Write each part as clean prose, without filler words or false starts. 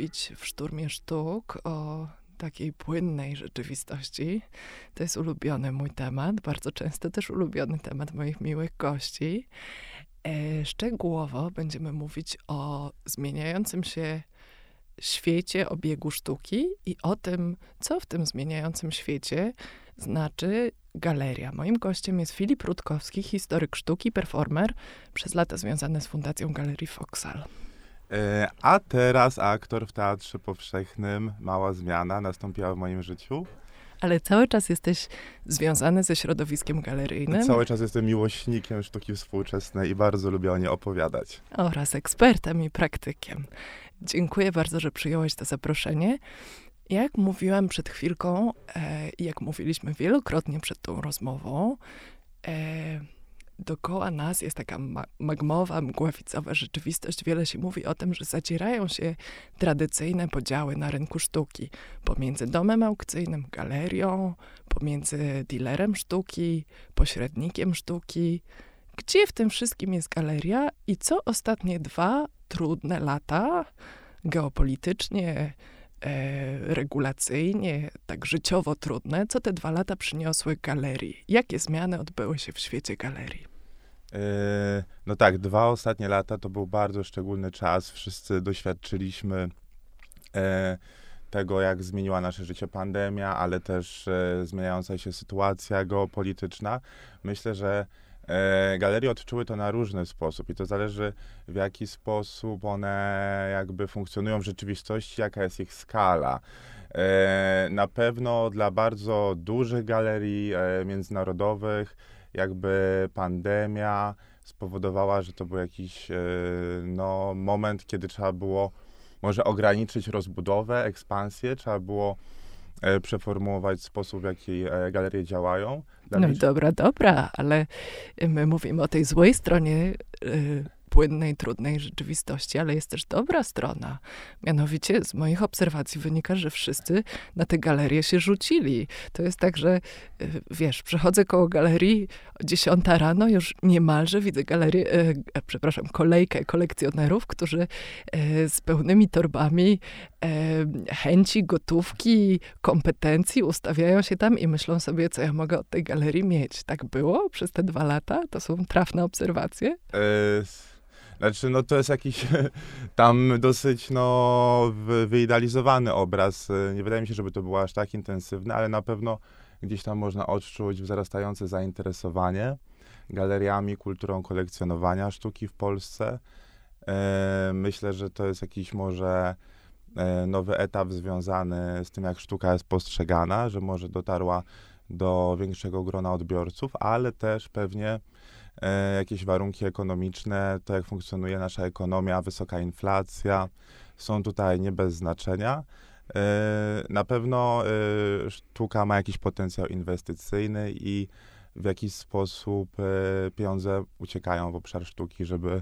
mówić w Szturmie Sztuk o takiej płynnej rzeczywistości. To jest ulubiony mój temat, bardzo często też ulubiony temat moich miłych gości. Szczegółowo będziemy mówić o zmieniającym się świecie obiegu sztuki i o tym, co w tym zmieniającym świecie znaczy galeria. Moim gościem jest Filip Rutkowski, historyk sztuki, performer, przez lata związany z Fundacją Galerii Foksal. A teraz aktor w Teatrze Powszechnym. Mała zmiana nastąpiła w moim życiu. Ale cały czas jesteś związany ze środowiskiem galeryjnym. Cały czas jestem miłośnikiem sztuki współczesnej i bardzo lubię o niej opowiadać. Oraz ekspertem i praktykiem. Dziękuję bardzo, że przyjąłeś to zaproszenie. Jak mówiłam przed chwilką, jak mówiliśmy wielokrotnie przed tą rozmową, dookoła nas jest taka magmowa, mgławicowa rzeczywistość. Wiele się mówi o tym, że zacierają się tradycyjne podziały na rynku sztuki. Pomiędzy domem aukcyjnym, galerią, pomiędzy dealerem sztuki, pośrednikiem sztuki. Gdzie w tym wszystkim jest galeria i co ostatnie 2 trudne lata geopolitycznie, regulacyjnie, tak życiowo trudne, co te 2 lata przyniosły galerii? Jakie zmiany odbyły się w świecie galerii? No tak, 2 ostatnie lata to był bardzo szczególny czas. Wszyscy doświadczyliśmy tego, jak zmieniła nasze życie pandemia, ale też zmieniająca się sytuacja geopolityczna. Myślę, że galerie odczuły to na różny sposób i to zależy, w jaki sposób one jakby funkcjonują w rzeczywistości, jaka jest ich skala. Na pewno dla bardzo dużych galerii międzynarodowych jakby pandemia spowodowała, że to był jakiś moment, kiedy trzeba było może ograniczyć rozbudowę, ekspansję, trzeba było przeformułować sposób, w jaki galerie działają. No i dobra, ale my mówimy o tej złej stronie płynnej, trudnej rzeczywistości, ale jest też dobra strona. Mianowicie z moich obserwacji wynika, że wszyscy na te galerie się rzucili. To jest tak, że wiesz, przechodzę koło galerii o 10 rano, już niemalże widzę kolejkę kolekcjonerów, którzy z pełnymi torbami chęci, gotówki, kompetencji ustawiają się tam i myślą sobie, co ja mogę od tej galerii mieć. Tak było przez te 2 lata? To są trafne obserwacje? Znaczy, to jest jakiś tam dosyć, wyidealizowany obraz. Nie wydaje mi się, żeby to było aż tak intensywne, ale na pewno gdzieś tam można odczuć wzrastające zainteresowanie galeriami, kulturą kolekcjonowania sztuki w Polsce. Myślę, że to jest jakiś może nowy etap związany z tym, jak sztuka jest postrzegana, że może dotarła do większego grona odbiorców, ale też pewnie jakieś warunki ekonomiczne, to jak funkcjonuje nasza ekonomia, wysoka inflacja, są tutaj nie bez znaczenia. Na pewno sztuka ma jakiś potencjał inwestycyjny i w jakiś sposób pieniądze uciekają w obszar sztuki, żeby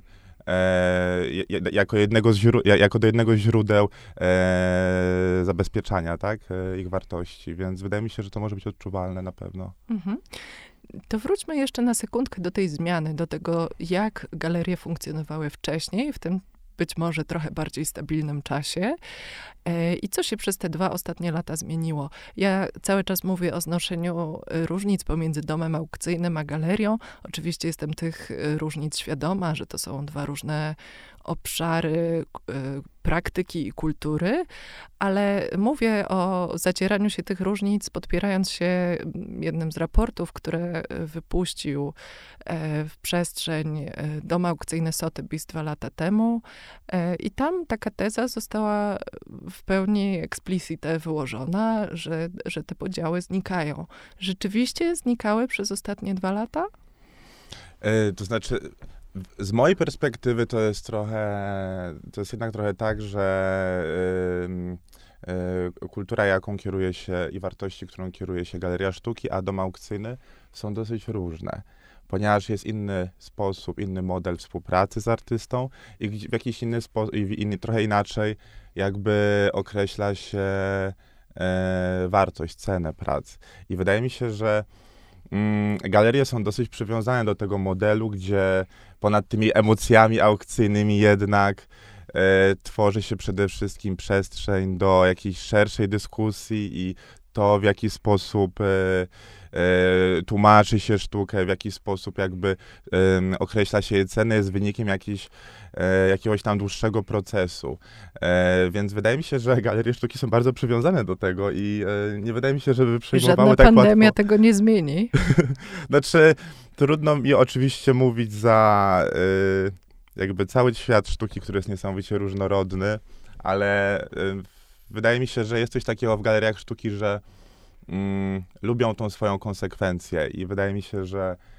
jako do jednego źródeł zabezpieczania, tak, ich wartości, więc wydaje mi się, że to może być odczuwalne na pewno. Mhm. To wróćmy jeszcze na sekundkę do tej zmiany, do tego, jak galerie funkcjonowały wcześniej, w tym być może trochę bardziej stabilnym czasie. I co się przez te 2 ostatnie lata zmieniło? Ja cały czas mówię o znoszeniu różnic pomiędzy domem aukcyjnym a galerią. Oczywiście jestem tych różnic świadoma, że to są 2 różne obszary praktyki i kultury, ale mówię o zacieraniu się tych różnic, podpierając się jednym z raportów, które wypuścił w przestrzeń dom aukcyjny Sotheby's 2 lata temu. I tam taka teza została w pełni explicite wyłożona, że te podziały znikają. Rzeczywiście znikały przez ostatnie 2 lata? To znaczy, z mojej perspektywy to jest jednak trochę tak, że kultura, jaką kieruje się i wartości, którą kieruje się galeria sztuki, a dom aukcyjny są dosyć różne. Ponieważ jest inny sposób, inny model współpracy z artystą i w jakiś inny sposób, trochę inaczej jakby określa się wartość, cenę prac. I wydaje mi się, że galerie są dosyć przywiązane do tego modelu, gdzie ponad tymi emocjami aukcyjnymi jednak tworzy się przede wszystkim przestrzeń do jakiejś szerszej dyskusji i to, w jaki sposób tłumaczy się sztukę, w jaki sposób jakby określa się jej cenę, jest wynikiem jakiegoś tam dłuższego procesu. Więc wydaje mi się, że galerie sztuki są bardzo przywiązane do tego i nie wydaje mi się, żeby przyjmowały tak łatwo. Żadna pandemia tego nie zmieni. Znaczy, trudno mi oczywiście mówić za jakby cały świat sztuki, który jest niesamowicie różnorodny, ale wydaje mi się, że jest coś takiego w galeriach sztuki, że lubią tą swoją konsekwencję i wydaje mi się,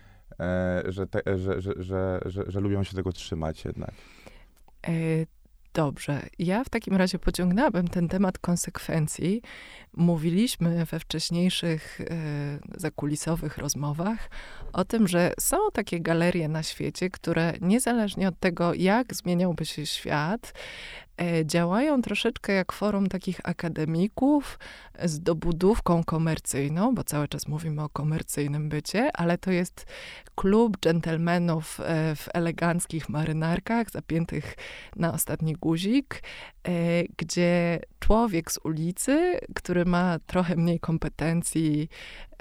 że lubią się tego trzymać jednak. Dobrze. Ja w takim razie pociągnęłabym ten temat konsekwencji. Mówiliśmy we wcześniejszych zakulisowych rozmowach o tym, że są takie galerie na świecie, które niezależnie od tego, jak zmieniałby się świat, działają troszeczkę jak forum takich akademików z dobudówką komercyjną, bo cały czas mówimy o komercyjnym bycie, ale to jest klub dżentelmenów w eleganckich marynarkach, zapiętych na ostatni guzik, gdzie człowiek z ulicy, który ma trochę mniej kompetencji,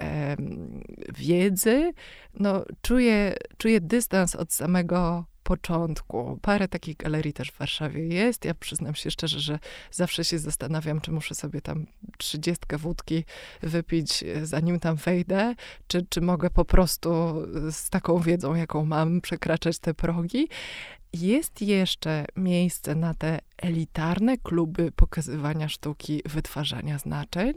wiedzy, no, czuje dystans od samego początku. Parę takich galerii też w Warszawie jest. Ja przyznam się szczerze, że zawsze się zastanawiam, czy muszę sobie tam 30 wódki wypić, zanim tam wejdę, czy mogę po prostu z taką wiedzą, jaką mam, przekraczać te progi. Jest jeszcze miejsce na te elitarne kluby pokazywania sztuki, wytwarzania znaczeń?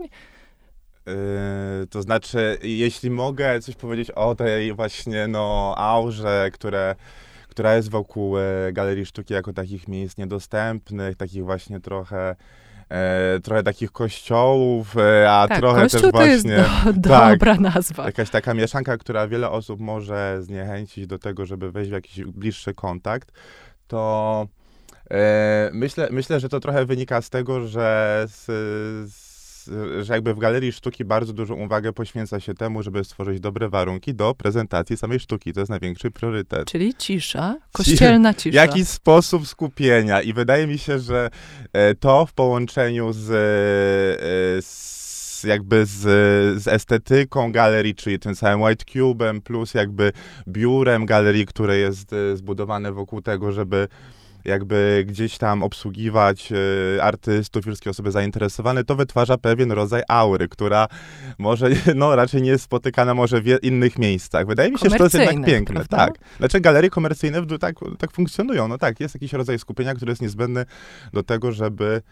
To znaczy, jeśli mogę coś powiedzieć o tej właśnie aurze, która jest wokół galerii sztuki jako takich miejsc niedostępnych, takich właśnie trochę takich kościołów, a tak, trochę kościół też właśnie... To jest dobra nazwa. Jakaś taka mieszanka, która wiele osób może zniechęcić do tego, żeby wejść w jakiś bliższy kontakt, to myślę, że to trochę wynika z tego, że że jakby w galerii sztuki bardzo dużą uwagę poświęca się temu, żeby stworzyć dobre warunki do prezentacji samej sztuki. To jest największy priorytet. Czyli cisza, kościelna cisza. Jakiś sposób skupienia i wydaje mi się, że to w połączeniu z estetyką galerii, czyli tym całym White Cube'em, plus jakby biurem galerii, które jest zbudowane wokół tego, żeby jakby gdzieś tam obsługiwać artystów, wszystkie osoby zainteresowane, to wytwarza pewien rodzaj aury, która może, raczej nie jest spotykana może w innych miejscach. Wydaje mi się, że to jest jednak piękne. Prawda? Tak. Znaczy galerie komercyjne tak funkcjonują. No tak, jest jakiś rodzaj skupienia, który jest niezbędny do tego, żeby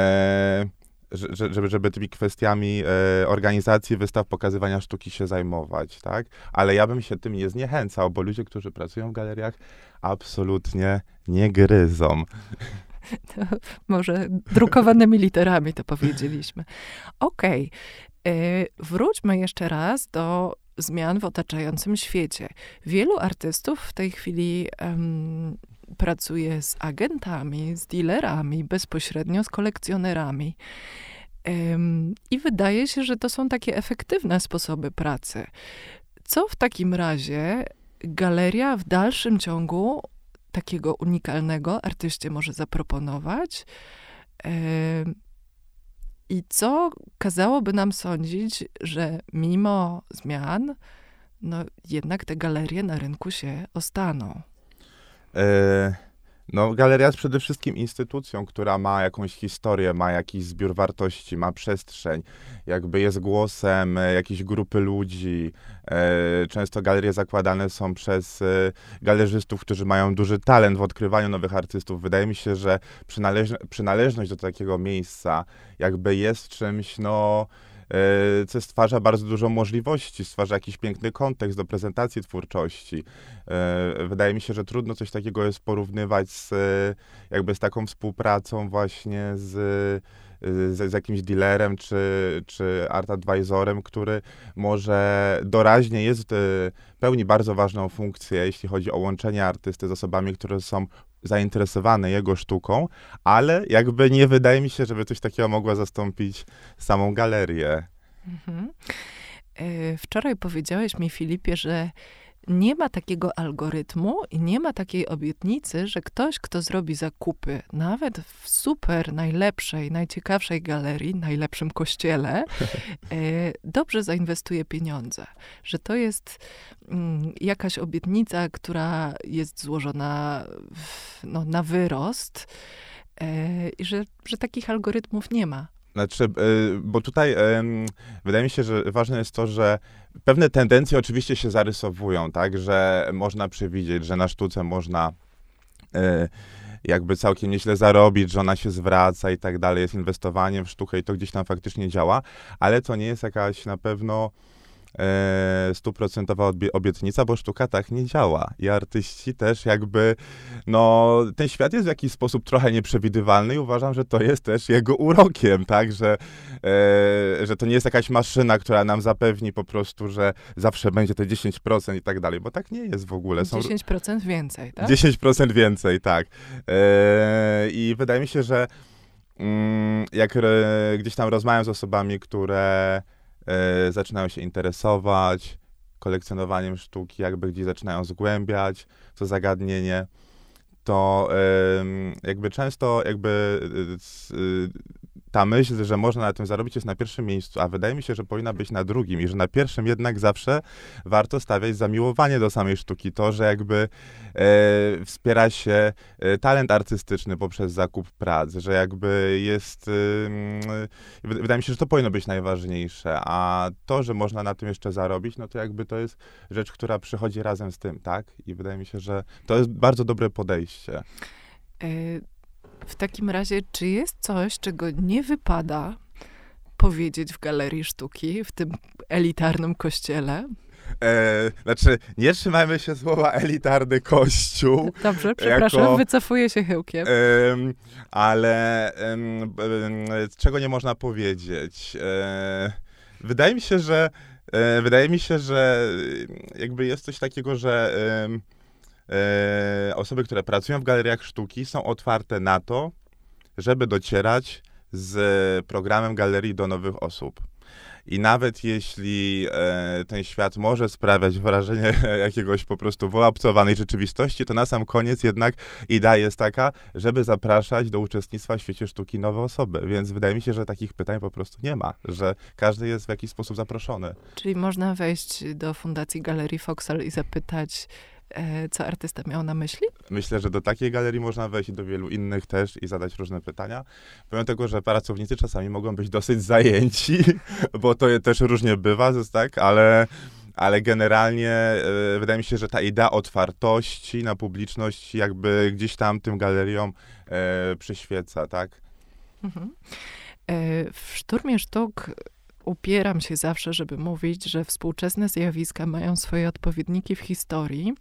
tymi kwestiami organizacji wystaw, pokazywania sztuki się zajmować, tak? Ale ja bym się tym nie zniechęcał, bo ludzie, którzy pracują w galeriach, absolutnie nie gryzą. To może drukowanymi literami to powiedzieliśmy. Okej. Wróćmy jeszcze raz do zmian w otaczającym świecie. Wielu artystów w tej chwili pracuje z agentami, z dealerami, bezpośrednio z kolekcjonerami. I wydaje się, że to są takie efektywne sposoby pracy. Co w takim razie galeria w dalszym ciągu takiego unikalnego artyście może zaproponować? I co kazałoby nam sądzić, że mimo zmian, jednak te galerie na rynku się ostaną? Galeria jest przede wszystkim instytucją, która ma jakąś historię, ma jakiś zbiór wartości, ma przestrzeń, jakby jest głosem jakiejś grupy ludzi. Często galerie zakładane są przez galerzystów, którzy mają duży talent w odkrywaniu nowych artystów. Wydaje mi się, że przynależność do takiego miejsca jakby jest czymś, co stwarza bardzo dużo możliwości, stwarza jakiś piękny kontekst do prezentacji twórczości. Wydaje mi się, że trudno coś takiego jest porównywać z taką współpracą właśnie z jakimś dealerem czy art advisorem, który może doraźnie pełni bardzo ważną funkcję, jeśli chodzi o łączenie artysty z osobami, które są zainteresowane jego sztuką, ale jakby nie wydaje mi się, żeby coś takiego mogła zastąpić samą galerię. Wczoraj powiedziałeś mi, Filipie, że nie ma takiego algorytmu i nie ma takiej obietnicy, że ktoś, kto zrobi zakupy, nawet w super najlepszej, najciekawszej galerii, najlepszym kościele, dobrze zainwestuje pieniądze. Że to jest jakaś obietnica, która jest złożona na wyrost i że takich algorytmów nie ma. Znaczy, bo tutaj wydaje mi się, że ważne jest to, że pewne tendencje oczywiście się zarysowują, tak, że można przewidzieć, że na sztuce można jakby całkiem nieźle zarobić, że ona się zwraca i tak dalej, jest inwestowaniem w sztukę i to gdzieś tam faktycznie działa, ale to nie jest jakaś na pewno 100% obietnica, bo sztuka tak nie działa. I artyści też jakby, ten świat jest w jakiś sposób trochę nieprzewidywalny i uważam, że to jest też jego urokiem, tak, że to nie jest jakaś maszyna, która nam zapewni po prostu, że zawsze będzie te 10% i tak dalej, bo tak nie jest w ogóle. 10% więcej, tak? 10% więcej, tak. I wydaje mi się, że jak gdzieś tam rozmawiam z osobami, które zaczynają się interesować kolekcjonowaniem sztuki, jakby gdzieś zaczynają zgłębiać to zagadnienie, to jakby często ta myśl, że można na tym zarobić, jest na pierwszym miejscu, a wydaje mi się, że powinna być na drugim i że na pierwszym jednak zawsze warto stawiać zamiłowanie do samej sztuki. To, że jakby wspiera się talent artystyczny poprzez zakup prac, że jakby jest... wydaje mi się, że to powinno być najważniejsze, a to, że można na tym jeszcze zarobić, no to jakby to jest rzecz, która przychodzi razem z tym, tak? I wydaje mi się, że to jest bardzo dobre podejście. W takim razie, czy jest coś, czego nie wypada powiedzieć w galerii sztuki, w tym elitarnym kościele? Znaczy, nie trzymajmy się słowa elitarny kościół. Dobrze, przepraszam, wycofuję się chyłkiem. Ale czego nie można powiedzieć? Wydaje mi się, że jakby jest coś takiego, że osoby, które pracują w galeriach sztuki, są otwarte na to, żeby docierać z programem galerii do nowych osób. I nawet jeśli ten świat może sprawiać wrażenie jakiegoś po prostu wyobcowanej rzeczywistości, to na sam koniec jednak idea jest taka, żeby zapraszać do uczestnictwa w świecie sztuki nowe osoby. Więc wydaje mi się, że takich pytań po prostu nie ma, że każdy jest w jakiś sposób zaproszony. Czyli można wejść do Fundacji Galerii Foksal i zapytać, co artysta miał na myśli? Myślę, że do takiej galerii można wejść i do wielu innych też i zadać różne pytania. Pomimo tego, że pracownicy czasami mogą być dosyć zajęci, bo to też różnie bywa, tak, ale generalnie wydaje mi się, że ta idea otwartości na publiczność jakby gdzieś tam tym galeriom przyświeca, tak? Mhm. W Szturmie Sztuk upieram się zawsze, żeby mówić, że współczesne zjawiska mają swoje odpowiedniki w historii.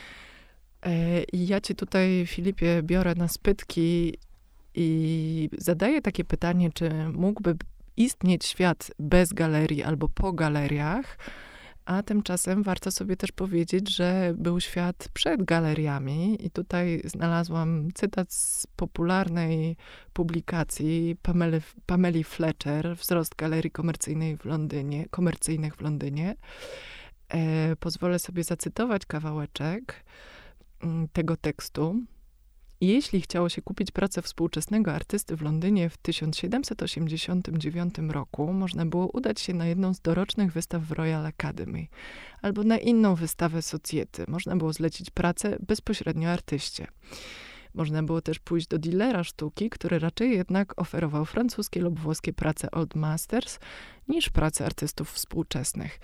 I ja ci tutaj, Filipie, biorę na spytki i zadaję takie pytanie, czy mógłby istnieć świat bez galerii albo po galeriach, a tymczasem warto sobie też powiedzieć, że był świat przed galeriami i tutaj znalazłam cytat z popularnej publikacji Pameli Fletcher, Wzrost galerii komercyjnych w Londynie. Pozwolę sobie zacytować kawałeczek tego tekstu. Jeśli chciało się kupić pracę współczesnego artysty w Londynie w 1789 roku, można było udać się na jedną z dorocznych wystaw w Royal Academy albo na inną wystawę Society. Można było zlecić pracę bezpośrednio artyście. Można było też pójść do dealera sztuki, który raczej jednak oferował francuskie lub włoskie prace Old Masters niż prace artystów współczesnych.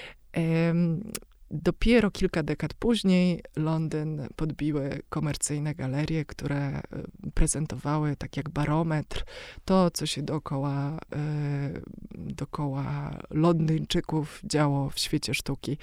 Dopiero kilka dekad później Londyn podbiły komercyjne galerie, które prezentowały, tak jak Barometr, to, co się dookoła Londyńczyków działo w świecie sztuki.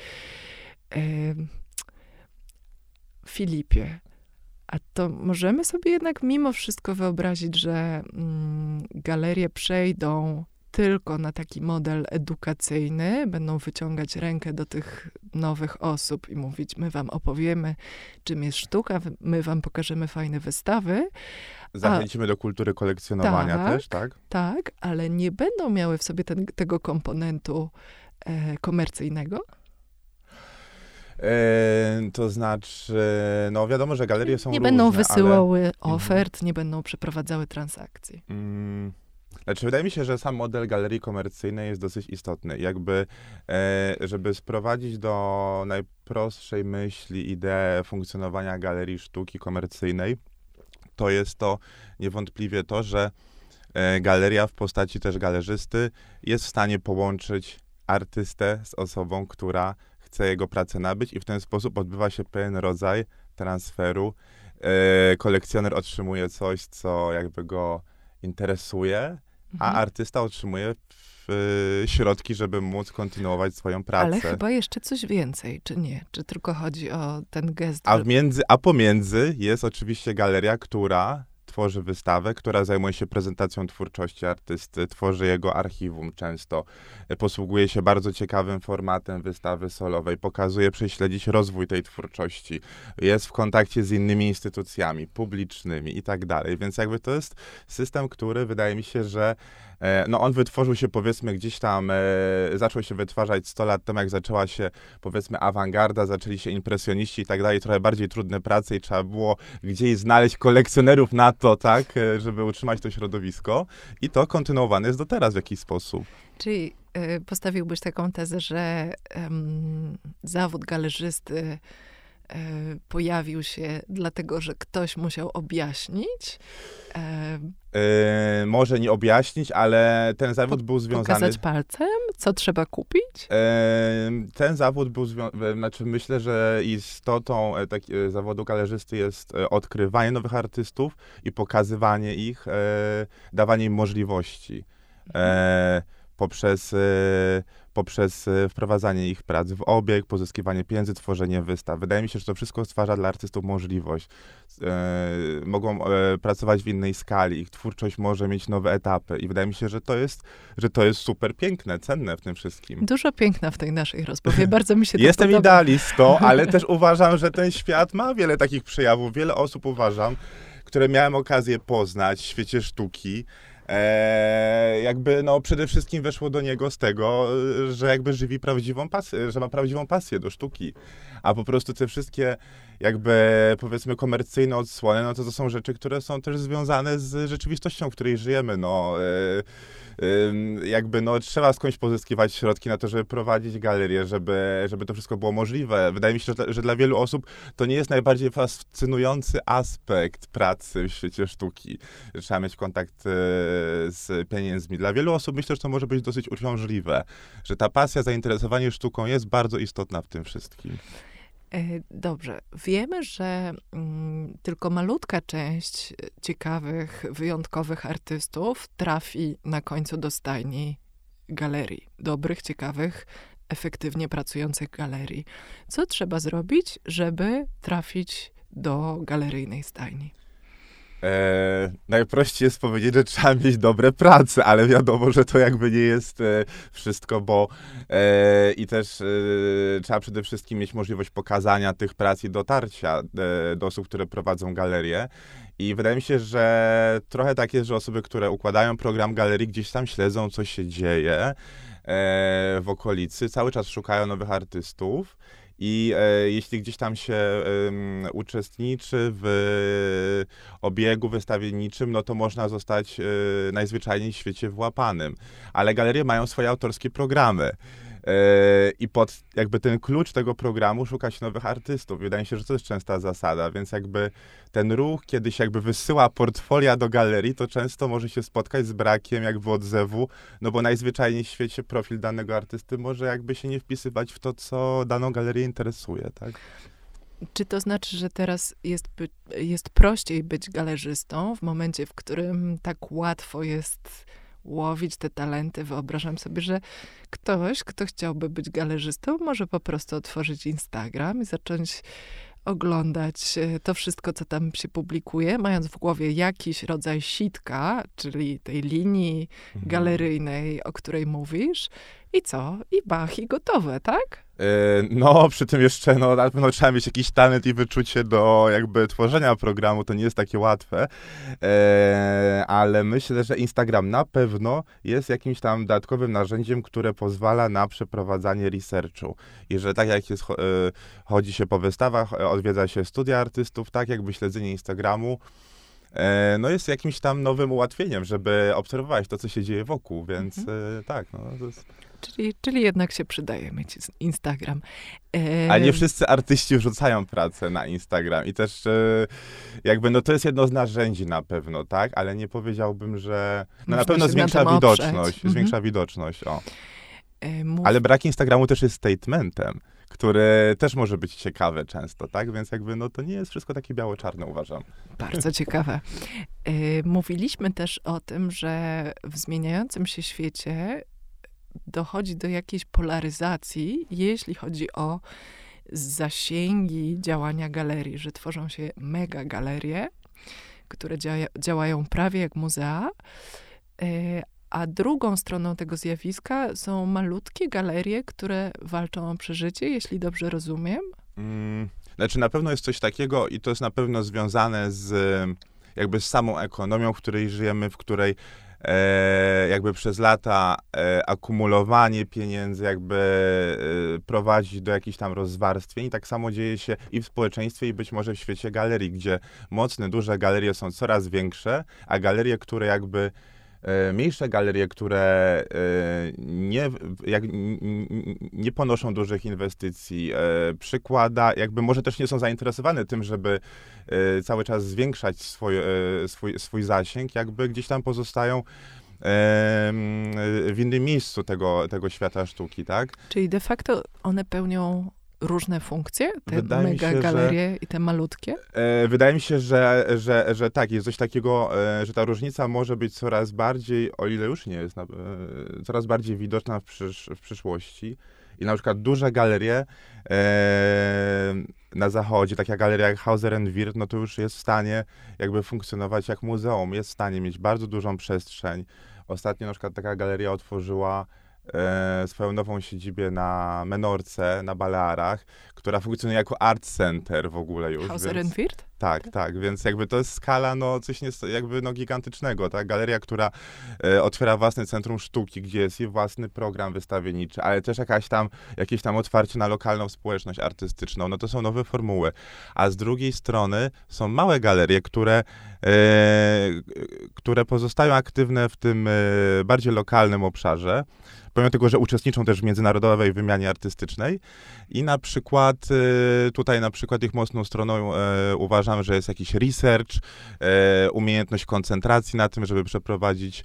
Filipie, a to możemy sobie jednak mimo wszystko wyobrazić, że galerie przejdą tylko na taki model edukacyjny, będą wyciągać rękę do tych nowych osób i mówić, my wam opowiemy, czym jest sztuka, my wam pokażemy fajne wystawy. Zachęcimy do kultury kolekcjonowania też, tak? Tak, ale nie będą miały w sobie tego komponentu komercyjnego? To znaczy, no wiadomo, że galerie są Nie różne, będą wysyłały ale... ofert, nie będą przeprowadzały transakcji. Znaczy, wydaje mi się, że sam model galerii komercyjnej jest dosyć istotny. Jakby, żeby sprowadzić do najprostszej myśli ideę funkcjonowania galerii sztuki komercyjnej, to jest to niewątpliwie to, że galeria w postaci też galerzysty jest w stanie połączyć artystę z osobą, która chce jego pracę nabyć i w ten sposób odbywa się pewien rodzaj transferu. Kolekcjoner otrzymuje coś, co jakby go interesuje, a artysta otrzymuje środki, żeby móc kontynuować swoją pracę. Ale chyba jeszcze coś więcej, czy nie? Czy tylko chodzi o ten gest? A pomiędzy jest oczywiście galeria, która tworzy wystawę, która zajmuje się prezentacją twórczości artysty, tworzy jego archiwum często, posługuje się bardzo ciekawym formatem wystawy solowej, pokazuje, prześledzić rozwój tej twórczości, jest w kontakcie z innymi instytucjami publicznymi i tak dalej, więc jakby to jest system, który wydaje mi się, że no on wytworzył się powiedzmy gdzieś tam, zaczął się wytwarzać 100 lat temu, jak zaczęła się powiedzmy awangarda, zaczęli się impresjoniści i tak dalej, trochę bardziej trudne prace i trzeba było gdzieś znaleźć kolekcjonerów na to, tak, żeby utrzymać to środowisko i to kontynuowane jest do teraz w jakiś sposób. Czyli postawiłbyś taką tezę, że zawód galerzysty pojawił się dlatego, że ktoś musiał objaśnić? Może nie objaśnić, ale ten zawód był związany... Pokazać palcem, co trzeba kupić? Ten zawód był związany... Znaczy myślę, że istotą zawodu galerzysty jest odkrywanie nowych artystów i pokazywanie ich, dawanie im możliwości. Poprzez wprowadzanie ich prac w obieg, pozyskiwanie pieniędzy, tworzenie wystaw. Wydaje mi się, że to wszystko stwarza dla artystów możliwość. Mogą pracować w innej skali, ich twórczość może mieć nowe etapy i wydaje mi się, że to jest super piękne, cenne w tym wszystkim. Dużo piękna w tej naszej rozmowie, bardzo mi się to Jestem podoba. idealistą, ale też uważam, że ten świat ma wiele takich przejawów. Wiele osób uważam, które miałem okazję poznać w świecie sztuki, jakby no przede wszystkim weszło do niego z tego, że jakby żywi prawdziwą pasję, że ma prawdziwą pasję do sztuki. A po prostu te wszystkie jakby powiedzmy komercyjne odsłony, no to są rzeczy, które są też związane z rzeczywistością, w której żyjemy, no. Jakby no trzeba skądś pozyskiwać środki na to, żeby prowadzić galerię, żeby to wszystko było możliwe. Wydaje mi się, że dla wielu osób to nie jest najbardziej fascynujący aspekt pracy w świecie sztuki. Że trzeba mieć kontakt z pieniędzmi. Dla wielu osób myślę, że to może być dosyć uciążliwe, że ta pasja, zainteresowanie sztuką jest bardzo istotna w tym wszystkim. Dobrze. Wiemy, że tylko malutka część ciekawych, wyjątkowych artystów trafi na końcu do stajni galerii. Dobrych, ciekawych, efektywnie pracujących galerii. Co trzeba zrobić, żeby trafić do galeryjnej stajni? Najprościej jest powiedzieć, że trzeba mieć dobre prace, ale wiadomo, że to jakby nie jest wszystko, bo i też trzeba przede wszystkim mieć możliwość pokazania tych prac i dotarcia do osób, które prowadzą galerię. I wydaje mi się, że trochę tak jest, że osoby, które układają program galerii, gdzieś tam śledzą, co się dzieje w okolicy, cały czas szukają nowych artystów. I jeśli gdzieś tam się uczestniczy w obiegu wystawienniczym, no to można zostać najzwyczajniej w świecie włapanym. Ale galerie mają swoje autorskie programy. I pod jakby ten klucz tego programu szukać nowych artystów. Wydaje mi się, że to jest częsta zasada, więc jakby ten ruch, kiedy się jakby wysyła portfolia do galerii, to często może się spotkać z brakiem jakby odzewu, no bo najzwyczajniej w świecie profil danego artysty może jakby się nie wpisywać w to, co daną galerię interesuje, tak? Czy to znaczy, że teraz jest prościej być galerzystą w momencie, w którym tak łatwo jest łowić te talenty? Wyobrażam sobie, że ktoś, kto chciałby być galerzystą, może po prostu otworzyć Instagram i zacząć oglądać to wszystko, co tam się publikuje, mając w głowie jakiś rodzaj sitka, czyli tej linii galeryjnej, o której mówisz. I co? I bach, i gotowe, tak? No, przy tym jeszcze, no, na pewno trzeba mieć jakiś talent i wyczucie do jakby tworzenia programu, to nie jest takie łatwe, ale myślę, że Instagram na pewno jest jakimś tam dodatkowym narzędziem, które pozwala na przeprowadzanie researchu. I że tak jak jest, chodzi się po wystawach, odwiedza się studia artystów, tak jakby śledzenie Instagramu, no jest jakimś tam nowym ułatwieniem, żeby obserwować to, co się dzieje wokół, więc tak, no to jest... Czyli jednak się przydaje mieć Instagram. Ale nie wszyscy artyści wrzucają pracę na Instagram i też jakby, no to jest jedno z narzędzi na pewno, tak? Ale nie powiedziałbym, że... No na pewno zwiększa widoczność, zwiększa widoczność, o. Ale brak Instagramu też jest statementem, który też może być ciekawy często, tak? Więc jakby, no to nie jest wszystko takie biało-czarne, uważam. Bardzo ciekawe. Mówiliśmy też o tym, że w zmieniającym się świecie dochodzi do jakiejś polaryzacji, jeśli chodzi o zasięgi działania galerii, że tworzą się mega galerie, które działają prawie jak muzea, a drugą stroną tego zjawiska są malutkie galerie, które walczą o przeżycie, jeśli dobrze rozumiem. Znaczy na pewno jest coś takiego i to jest na pewno związane z jakby z samą ekonomią, w której żyjemy, w której jakby przez lata akumulowanie pieniędzy jakby prowadzi do jakichś tam rozwarstwień. I tak samo dzieje się i w społeczeństwie, i być może w świecie galerii, gdzie mocne, duże galerie są coraz większe, a galerie, które jakby mniejsze galerie, które nie ponoszą dużych inwestycji, jakby może też nie są zainteresowane tym, żeby cały czas zwiększać swój zasięg, jakby gdzieś tam pozostają w innym miejscu tego świata sztuki, tak? Czyli de facto one pełnią różne funkcje, te mega galerie i te malutkie? Wydaje mi się, że tak, jest coś takiego, że ta różnica może być coraz bardziej, o ile już nie jest, coraz bardziej widoczna w przyszłości. I na przykład duże galerie na zachodzie, taka galeria jak Hauser & Wirth, no to już jest w stanie jakby funkcjonować jak muzeum, jest w stanie mieć bardzo dużą przestrzeń. Ostatnio na przykład taka galeria otworzyła swoją nową siedzibę na Menorce, na Balearach, która funkcjonuje jako art center w ogóle już. Hauser & Wirth? Tak, więc jakby to jest skala, no coś jakby no gigantycznego, tak? Galeria, która otwiera własne centrum sztuki, gdzie jest i własny program wystawienniczy, ale też jakieś tam otwarcie na lokalną społeczność artystyczną, no to są nowe formuły. A z drugiej strony są małe galerie, które pozostają aktywne w tym bardziej lokalnym obszarze, pomimo tego, że uczestniczą też w międzynarodowej wymianie artystycznej i na przykład tutaj ich mocną stroną uważam, że jest jakiś research, umiejętność koncentracji na tym, żeby przeprowadzić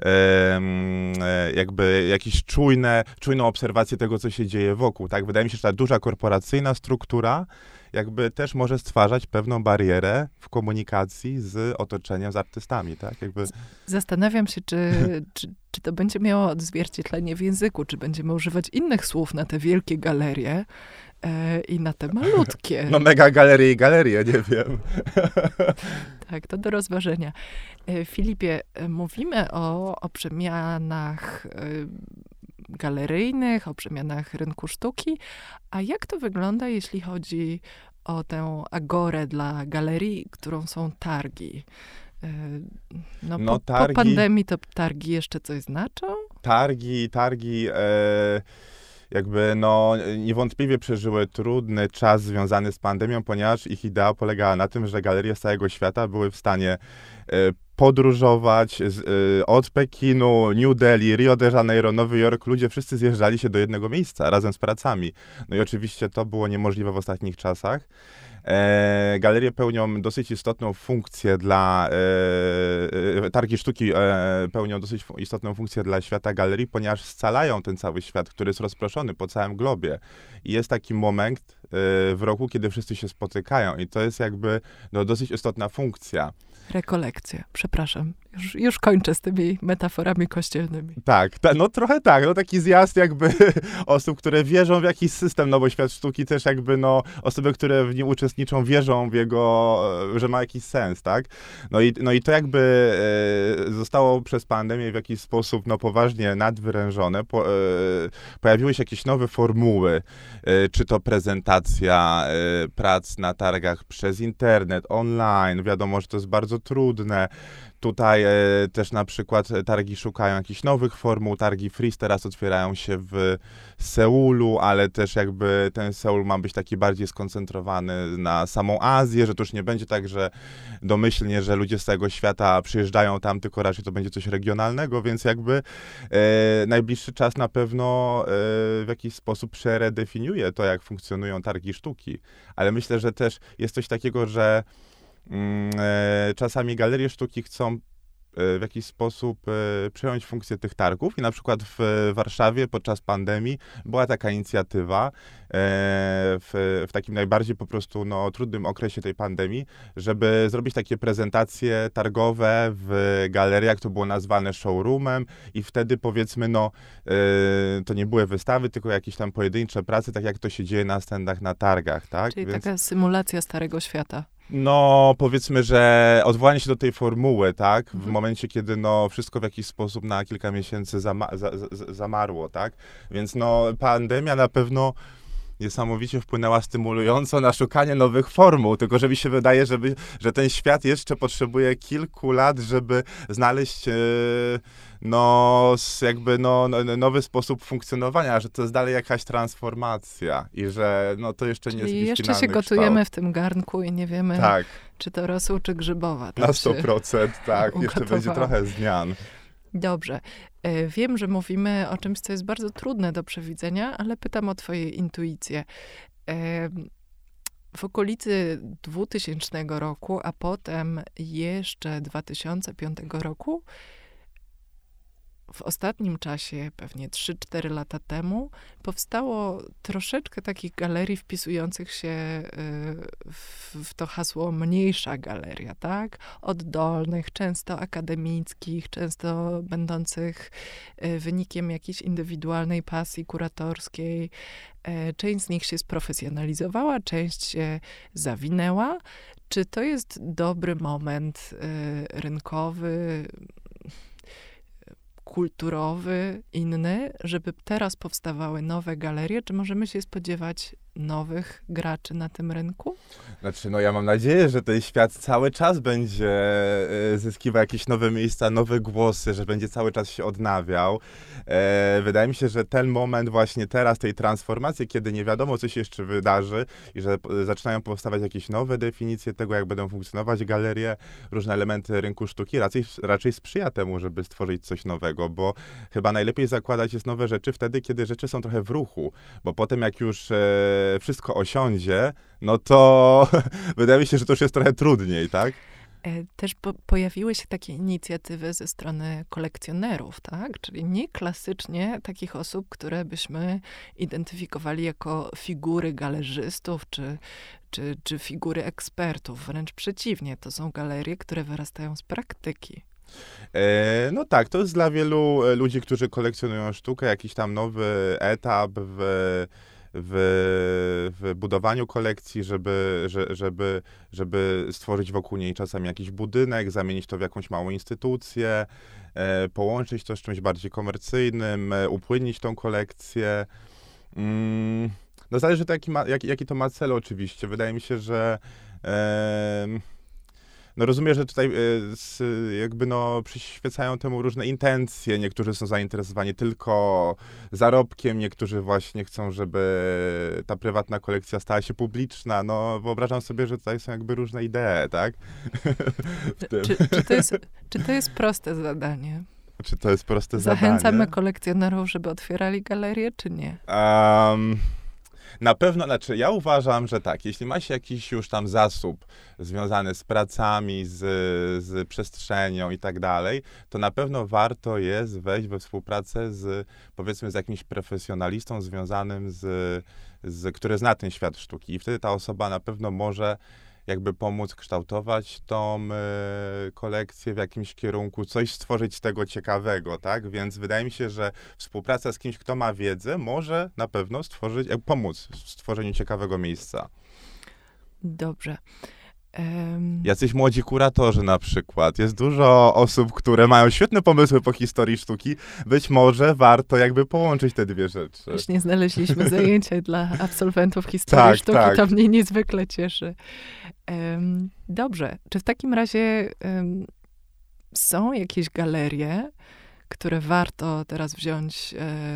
jakby jakieś czujną obserwację tego, co się dzieje wokół, tak? Wydaje mi się, że ta duża korporacyjna struktura jakby też może stwarzać pewną barierę w komunikacji z otoczeniem, z artystami, tak? Zastanawiam się, czy to będzie miało odzwierciedlenie w języku, czy będziemy używać innych słów na te wielkie galerie i na te malutkie. No mega galerie i galerie, nie wiem. Tak, to do rozważenia. Filipie, mówimy o przemianach galeryjnych, o przemianach rynku sztuki, a jak to wygląda, jeśli chodzi o tę agorę dla galerii, którą są targi? Po pandemii to targi jeszcze coś znaczą? Targi jakby niewątpliwie przeżyły trudny czas związany z pandemią, ponieważ ich idea polegała na tym, że galerie z całego świata były w stanie podróżować od Pekinu, New Delhi, Rio de Janeiro, Nowy Jork. Ludzie wszyscy zjeżdżali się do jednego miejsca razem z pracami. No i oczywiście to było niemożliwe w ostatnich czasach. Galerie pełnią dosyć istotną funkcję targi sztuki pełnią dosyć istotną funkcję dla świata galerii, ponieważ scalają ten cały świat, który jest rozproszony po całym globie. I jest taki moment w roku, kiedy wszyscy się spotykają i to jest jakby dosyć istotna funkcja. Rekolekcja, przepraszam. Już kończę z tymi metaforami kościelnymi. Tak, no trochę tak, no taki zjazd jakby osób, które wierzą w jakiś system, no bo świat sztuki też jakby, no osoby, które w nim uczestniczą, wierzą w jego, że ma jakiś sens, tak? No i to jakby zostało przez pandemię w jakiś sposób, no poważnie nadwyrężone, pojawiły się jakieś nowe formuły, czy to prezentacja prac na targach przez internet, online, wiadomo, że to jest bardzo trudne. Tutaj też na przykład targi szukają jakichś nowych formuł, targi Frieze teraz otwierają się w Seulu, ale też jakby ten Seul ma być taki bardziej skoncentrowany na samą Azję, że to już nie będzie tak, że domyślnie, że ludzie z całego świata przyjeżdżają tam, tylko raczej to będzie coś regionalnego, więc jakby najbliższy czas na pewno w jakiś sposób przeredefiniuje to, jak funkcjonują targi sztuki. Ale myślę, że też jest coś takiego, że czasami galerie sztuki chcą w jakiś sposób przejąć funkcję tych targów i na przykład w Warszawie podczas pandemii była taka inicjatywa w takim najbardziej po prostu no, trudnym okresie tej pandemii, żeby zrobić takie prezentacje targowe w galeriach, to było nazwane showroomem i wtedy powiedzmy no to nie były wystawy, tylko jakieś tam pojedyncze prace, tak jak to się dzieje na standach na targach, tak? Czyli taka symulacja Starego Świata. No, powiedzmy, że odwołanie się do tej formuły, tak, w momencie, kiedy no, wszystko w jakiś sposób na kilka miesięcy zamarło, tak, więc no, pandemia na pewno niesamowicie wpłynęła stymulująco na szukanie nowych formuł, tylko że mi się wydaje, że ten świat jeszcze potrzebuje kilku lat, żeby znaleźć nowy sposób funkcjonowania, że to jest dalej jakaś transformacja i że no, to jeszcze nie jest jakiś jeszcze się gotujemy w tym garnku i nie wiemy, czy to rosół, czy grzybowa. Tak na 100%, tak. Jeszcze będzie trochę zmian. Dobrze. Wiem, że mówimy o czymś, co jest bardzo trudne do przewidzenia, ale pytam o twoje intuicje. W okolicy 2000 roku, a potem jeszcze 2005 roku, w ostatnim czasie, pewnie 3-4 lata temu, troszeczkę takich galerii wpisujących się w to hasło mniejsza galeria, tak? Oddolnych, często akademickich, często będących wynikiem jakiejś indywidualnej pasji kuratorskiej. Część z nich się sprofesjonalizowała, część się zawinęła. Czy to jest dobry moment rynkowy, kulturowy, inny, żeby teraz powstawały nowe galerie? Czy możemy się spodziewać nowych graczy na tym rynku? Znaczy, no ja mam nadzieję, że ten świat cały czas będzie zyskiwał jakieś nowe miejsca, nowe głosy, że będzie cały czas się odnawiał. Wydaje mi się, że ten moment właśnie teraz, tej transformacji, kiedy nie wiadomo, co się jeszcze wydarzy i że zaczynają powstawać jakieś nowe definicje tego, jak będą funkcjonować galerie, różne elementy rynku sztuki, raczej sprzyja temu, żeby stworzyć coś nowego, bo chyba najlepiej zakładać jest nowe rzeczy wtedy, kiedy rzeczy są trochę w ruchu, bo potem jak już wszystko osiądzie, no to wydaje mi się, że to już jest trochę trudniej, tak? Też pojawiły się takie inicjatywy ze strony kolekcjonerów, tak? Czyli nie klasycznie takich osób, które byśmy identyfikowali jako figury galerzystów, czy figury ekspertów. Wręcz przeciwnie, to są galerie, które wyrastają z praktyki. No tak, to jest dla wielu ludzi, którzy kolekcjonują sztukę, jakiś tam nowy etap w budowaniu kolekcji, żeby stworzyć wokół niej czasami jakiś budynek, zamienić to w jakąś małą instytucję, połączyć to z czymś bardziej komercyjnym, upłynnić tą kolekcję. No zależy to, jaki to ma cel oczywiście. Wydaje mi się, że no rozumiem, że tutaj jakby no przyświecają temu różne intencje. Niektórzy są zainteresowani tylko zarobkiem, niektórzy właśnie chcą, żeby ta prywatna kolekcja stała się publiczna. No wyobrażam sobie, że tutaj są jakby różne idee, tak? Czy to jest proste zadanie? Czy to jest proste zadanie? Zachęcamy kolekcjonerów, żeby otwierali galerie, czy nie? Na pewno, znaczy ja uważam, że tak, jeśli ma się jakiś już tam zasób związany z pracami, z przestrzenią i tak dalej, to na pewno warto jest wejść we współpracę powiedzmy z jakimś profesjonalistą związanym który zna ten świat sztuki i wtedy ta osoba na pewno może jakby pomóc kształtować tą kolekcję w jakimś kierunku, coś stworzyć z tego ciekawego, tak? Więc wydaje mi się, że współpraca z kimś, kto ma wiedzę, może na pewno pomóc w stworzeniu ciekawego miejsca. Dobrze. Jacyś młodzi kuratorzy na przykład. Jest dużo osób, które mają świetne pomysły po historii sztuki. Być może warto jakby połączyć te dwie rzeczy. Właśnie znaleźliśmy zajęcia dla absolwentów historii sztuki. Tak. To mnie niezwykle cieszy. Dobrze. Czy w takim razie są jakieś galerie, które warto teraz wziąć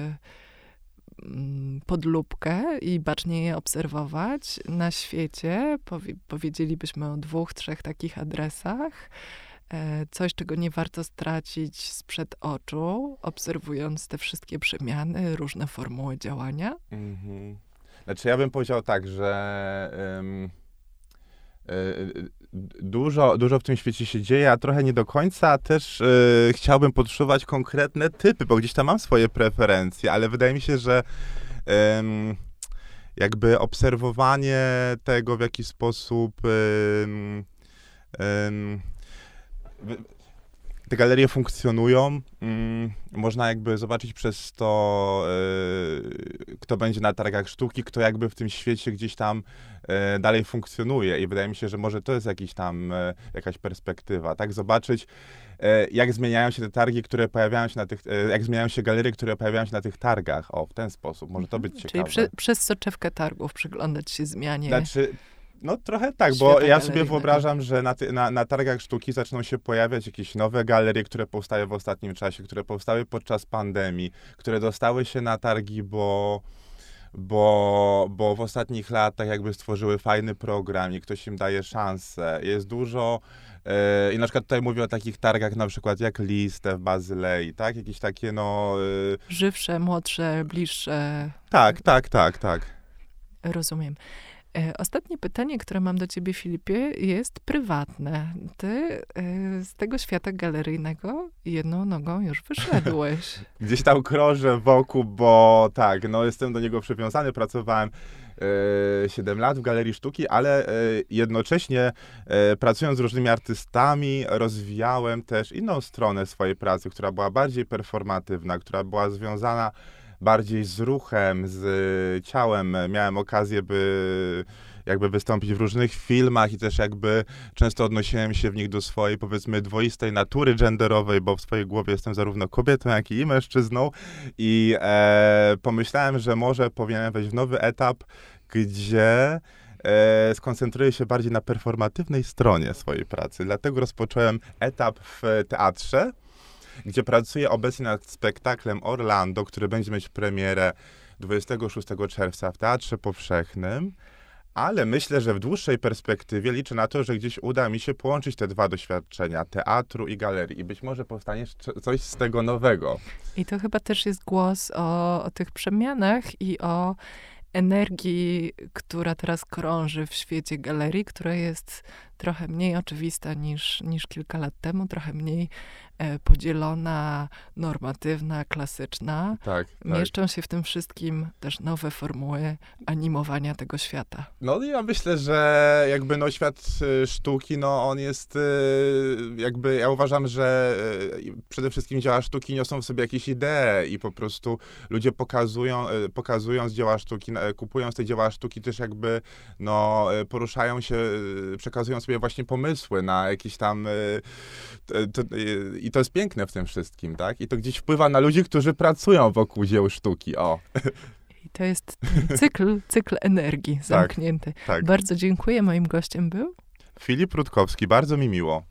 pod lupkę i bacznie je obserwować na świecie? Powiedzielibyśmy o 2-3 takich adresach. Coś, czego nie warto stracić sprzed oczu, obserwując te wszystkie przemiany, różne formuły działania? Znaczy ja bym powiedział tak, że dużo w tym świecie się dzieje, a trochę nie do końca. Też chciałbym podsuwać konkretne typy, bo gdzieś tam mam swoje preferencje, ale wydaje mi się, że jakby obserwowanie tego, w jaki sposób te galerie funkcjonują, można jakby zobaczyć przez to, kto będzie na targach sztuki, kto jakby w tym świecie gdzieś tam dalej funkcjonuje i wydaje mi się, że może to jest jakaś perspektywa, tak? Zobaczyć, jak zmieniają się te targi, które pojawiają się na tych, jak zmieniają się galerie, które pojawiają się na tych targach. O, w ten sposób. Może to być ciekawe. Czyli przez soczewkę targów przyglądać się zmianie. Znaczy, no trochę tak, bo ja sobie wyobrażam, że na targach sztuki zaczną się pojawiać jakieś nowe galerie, które powstają w ostatnim czasie, które powstały podczas pandemii, które dostały się na targi, bo w ostatnich latach jakby stworzyły fajny program i ktoś im daje szansę. Jest dużo i na przykład tutaj mówię o takich targach na przykład jak Liste w Bazylei, tak? Jakieś takie żywsze, młodsze, bliższe. Tak. Rozumiem. Ostatnie pytanie, które mam do ciebie, Filipie, jest prywatne. Ty z tego świata galeryjnego jedną nogą już wyszedłeś. Gdzieś tam krążę wokół, bo tak, jestem do niego przywiązany. Pracowałem 7 lat w Galerii Sztuki, ale jednocześnie pracując z różnymi artystami, rozwijałem też inną stronę swojej pracy, która była bardziej performatywna, która była związana bardziej z ruchem, z ciałem. Miałem okazję, by jakby wystąpić w różnych filmach i też jakby często odnosiłem się w nich do swojej, powiedzmy, dwoistej natury genderowej, bo w swojej głowie jestem zarówno kobietą, jak i mężczyzną i pomyślałem, że może powinienem wejść w nowy etap, gdzie skoncentruję się bardziej na performatywnej stronie swojej pracy. Dlatego rozpocząłem etap w teatrze, gdzie pracuję obecnie nad spektaklem Orlando, który będzie mieć premierę 26 czerwca w Teatrze Powszechnym, ale myślę, że w dłuższej perspektywie liczę na to, że gdzieś uda mi się połączyć te dwa doświadczenia, teatru i galerii i być może powstanie coś z tego nowego. I to chyba też jest głos o tych przemianach i o energii, która teraz krąży w świecie galerii, która jest trochę mniej oczywista niż kilka lat temu, trochę mniej podzielona, normatywna, klasyczna. Tak. Mieszczą się w tym wszystkim też nowe formuły animowania tego świata. No ja myślę, że jakby świat sztuki, on jest jakby, ja uważam, że przede wszystkim dzieła sztuki niosą w sobie jakieś idee i po prostu ludzie pokazując dzieła sztuki, kupując te dzieła sztuki też jakby, poruszają się, przekazują sobie właśnie pomysły na jakieś tam i to jest piękne w tym wszystkim, tak? I to gdzieś wpływa na ludzi, którzy pracują wokół dzieł sztuki, I to jest cykl energii zamknięty. Tak. Bardzo dziękuję. Moim gościem był Filip Rutkowski, bardzo mi miło.